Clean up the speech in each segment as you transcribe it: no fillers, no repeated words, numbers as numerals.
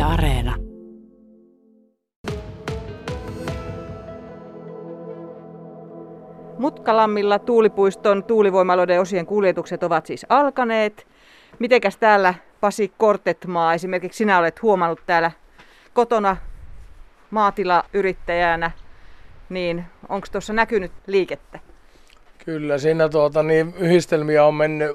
Areena. Mutkalammilla tuulipuiston tuulivoimaloiden osien kuljetukset ovat siis alkaneet. Mitenkäs täällä, Pasi Kortetmaa, esimerkiksi sinä olet huomannut täällä kotona maatilayrittäjänä, niin onko tuossa näkynyt liikettä? Kyllä siinä yhdistelmiä on mennyt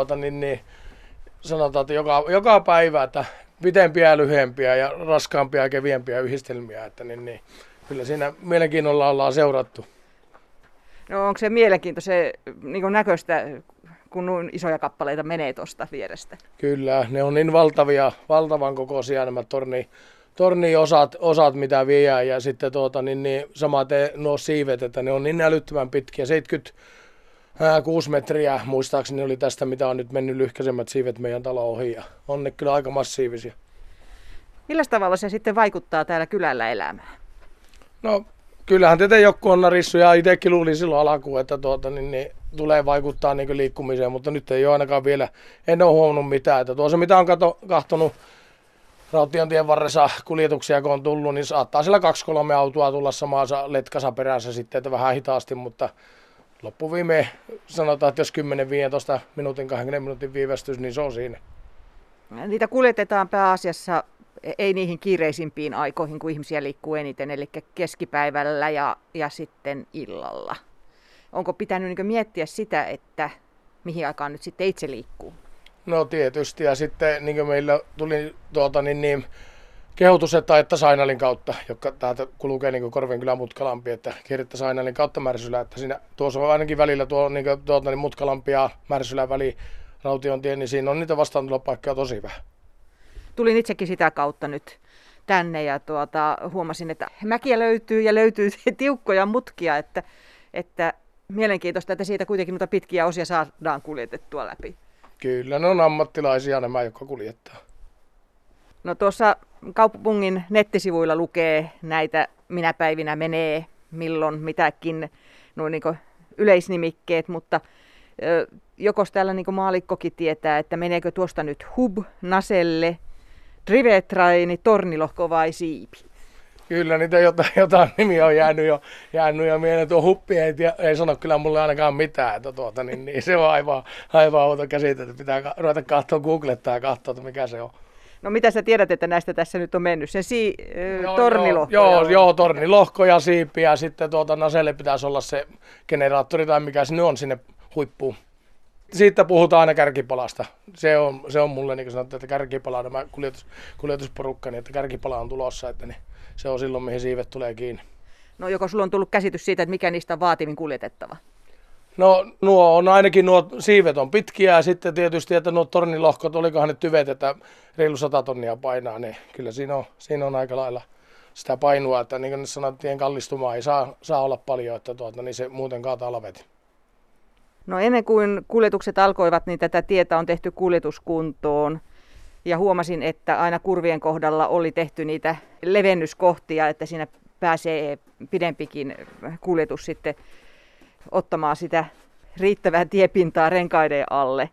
sanotaan, että joka päivä, että pitempiä ja lyhyempiä ja raskaampia ja keviempiä yhdistelmiä, että kyllä siinä mielenkiinnolla ollaan seurattu. No onko se mielenkiintoista niin näköistä, kun noin isoja kappaleita menee tuosta vierestä? Kyllä, ne on niin valtavan kokoisia nämä torni-osat, mitä viedään, ja sitten samaten nuo siivet, että ne on niin älyttömän pitkiä, 76 metriä muistaakseni oli tästä, mitä on nyt mennyt lyhkäisemmät siivet meidän talon ohi, ja on ne kyllä aika massiivisia. Millä tavalla se sitten vaikuttaa täällä kylällä elämään? No kyllähän tätä joku on narissu, ja itsekin luulin silloin alkuun, että tulee vaikuttaa niin liikkumiseen, mutta nyt ei ole ainakaan vielä, en ole huomannut mitään. Että tuossa mitä on katsonut Rautiontien varressa kuljetuksia, kun on tullut, niin saattaa siellä 2-3 autoa tulla samassa letkassa perässä sitten, että vähän hitaasti, mutta loppuviime sanotaan, että jos 10-15 minuutin, 20 minuutin viivästys, niin se on siinä. Niitä kuljetetaan pääasiassa ei niihin kiireisimpiin aikoihin, kun ihmisiä liikkuu eniten, eli keskipäivällä ja sitten illalla. Onko pitänyt miettiä sitä, että mihin aikaan nyt sitten itse liikkuu? No tietysti, ja sitten niin meillä tuli kehotus, että ajettaisiin Sainalin kautta, joka täältä kulkee Korvenkylän Mutkalampi, että kierrettäisiin Sainalin kautta Märsylä, että siinä tuossa on ainakin välillä Mutkalampi ja Märsylän väli Rautiontien, niin siinä on niitä vastaantulopaikkoja tosi vähän. Tulin itsekin sitä kautta nyt tänne ja huomasin, että mäkiä löytyy tiukkoja mutkia, että mielenkiintoista, että siitä kuitenkin noita pitkiä osia saadaan kuljetettua läpi. Kyllä, ne on ammattilaisia nämä, jotka kuljettaa. No tuossa kaupungin nettisivuilla lukee näitä minä päivinä menee, milloin mitäkin, noin yleisnimikkeet, mutta jokos täällä maallikkokin tietää, että meneekö tuosta nyt hub, naselle, drivetraini, tornilohko vai siipi? Kyllä niitä jotain nimiä on jäänyt jo mieleen. Tuo huppi ei sano kyllä mulle ainakaan mitään, että niin se on aivan outo käsite, että pitää ruveta googlettaa ja katsoa, että mikä se on. No mitä sä tiedät, että näistä tässä nyt on mennyt? Se tornilohko? Joo, tornilohko ja siipi ja sitten naselle pitäisi olla se generaattori tai mikä se nyt on sinne huippuun. Siitä puhutaan aina kärkipalasta. Se on mulle niin kuin sanottu, että kärkipala, tämä kuljetusporukka, niin että kärkipala on tulossa, että se on silloin, mihin siivet tulee kiinni. No joko sulla on tullut käsitys siitä, että mikä niistä on vaativin kuljetettava? No nuo siivet on pitkiä ja sitten tietysti, että nuo tornilohkot, olikohan ne tyvet, että reilu 100 tonnia painaa, niin kyllä siinä on aika lailla sitä painua, että niin kuin sanottiin, kallistumaa ei saa olla paljon, että niin se muuten kaataa lavetin. No ennen kuin kuljetukset alkoivat, niin tätä tietä on tehty kuljetuskuntoon ja huomasin, että aina kurvien kohdalla oli tehty niitä levennyskohtia, että siinä pääsee pidempikin kuljetus sitten ottamaan sitä riittävää tiepintaa renkaiden alle.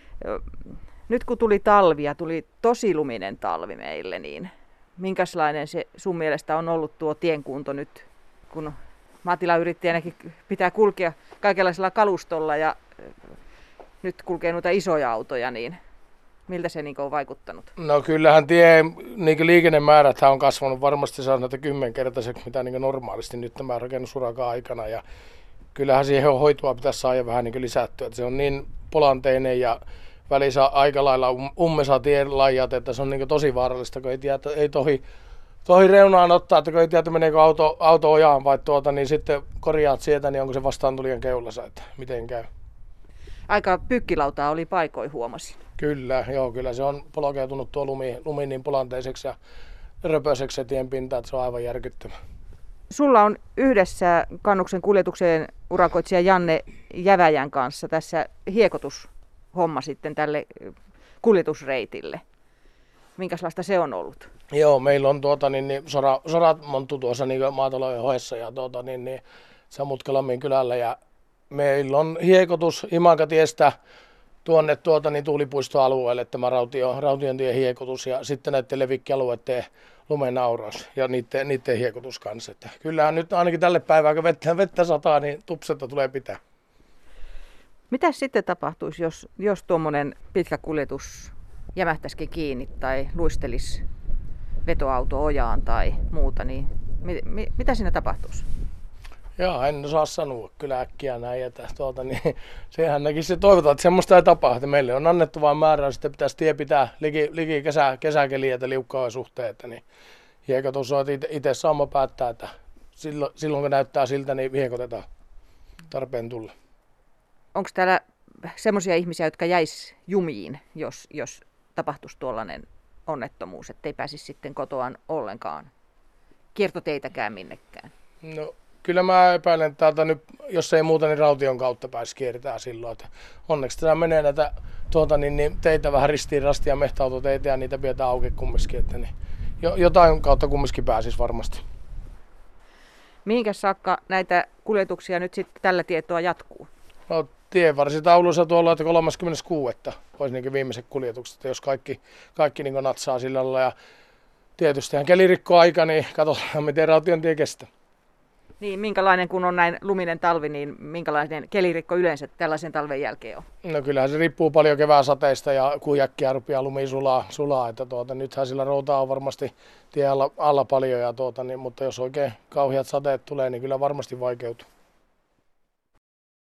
Nyt kun tuli talvi ja tuli tosi luminen talvi meille, niin minkälainen se sun mielestä on ollut tuo tienkunto nyt, kun maatilayrittäjänäkin pitää kulkea kaikenlaisella kalustolla ja nyt kulkee noita isoja autoja, niin miltä se on vaikuttanut? No kyllähän liikennemäärät on kasvanut varmasti sanotaan 10-kertaiseksi, mitä normaalisti nyt tämän rakennusurakan aikana. Ja kyllähän siihen hoitoa pitäisi saada vähän lisättyä. Että se on niin polanteinen ja välissä aika lailla ummesa tienlajat, että se on tosi vaarallista, kun ei tohi reunaan ottaa, että kun ei tiedä, meneekö auto ojaan vai niin sitten korjaat sieltä, niin onko se vastaantulijan keulassa, että miten käy. Aika pyykkilautaa oli paikoin, huomasin. Kyllä se on polkeutunut tuo lumi niin polanteiseksi ja röpöiseksi se tienpinta, että se on aivan järkyttävä. Sulla on yhdessä kannuksen kuljetukseen urakoitsija Janne Jäväjän kanssa tässä hiekotushomma sitten tälle kuljetusreitille. Minkälaista se on ollut? Joo, meillä on sorat monttu tuossa maatalouden hoessa ja se on Mutkalammin kylällä ja meillä on hiekotus Imankatiestä niin tuulipuistoalueelle tämä Rautiontien hiekotus ja sitten näiden levikkialueiden lumenauraus ja niiden hiekotus kanssa. Että kyllähän nyt ainakin tälle päivään, kun vettä sataa, niin tupsetta tulee pitää. Mitä sitten tapahtuisi, jos tuommoinen pitkä kuljetus jämähtäisikin kiinni tai luistelisi vetoauto ojaan tai muuta, niin mitä siinä tapahtuisi? Joo, en osaa sanoa kyllä äkkiä näin. Niin, sehän näkisi se toivotaan, että semmoista ei tapahdu. Meille on annettu vain määräys, että pitäisi tie pitää liki kesäkeliä ja liukkaan suhteita. Niin hiekotus on itse saama päättää, että silloin kun näyttää siltä, niin hiekotetaan tarpeen tulla. Onko täällä semmoisia ihmisiä, jotka jäis jumiin, jos tapahtuisi tuollainen onnettomuus, ettei pääsisi sitten kotoaan ollenkaan kiertoteitäkään minnekään? No kyllä mä epäilen, että täältä nyt, jos ei muuta, niin Raution kautta pääsi kiertää silloin. Että onneksi tämä menee näitä niin teitä vähän ristiin rastia mehtäautoteitä ja niitä pidetään auki kumminkin. Että niin, jotain kautta kumminkin pääsisi varmasti. Mihinkä saakka näitä kuljetuksia nyt sitten tällä tietoa jatkuu? No tienvarsitauluissa tuolla, että 36. olisi niin viimeiset kuljetukset, jos kaikki niin natsaa sillä lailla. Ja tietysti kelirikkoaika, niin katsotaan miten Rautiontie kestää. Niin, minkälainen kun on näin luminen talvi, niin minkälainen kelirikko yleensä tällaisen talven jälkeen on? No kyllähän se riippuu paljon kevääsateista ja kun äkkiä rupeaa lumi sulaa että nythän sillä routaa on varmasti tie alla paljon, ja mutta jos oikein kauheat sateet tulee, niin kyllä varmasti vaikeutuu.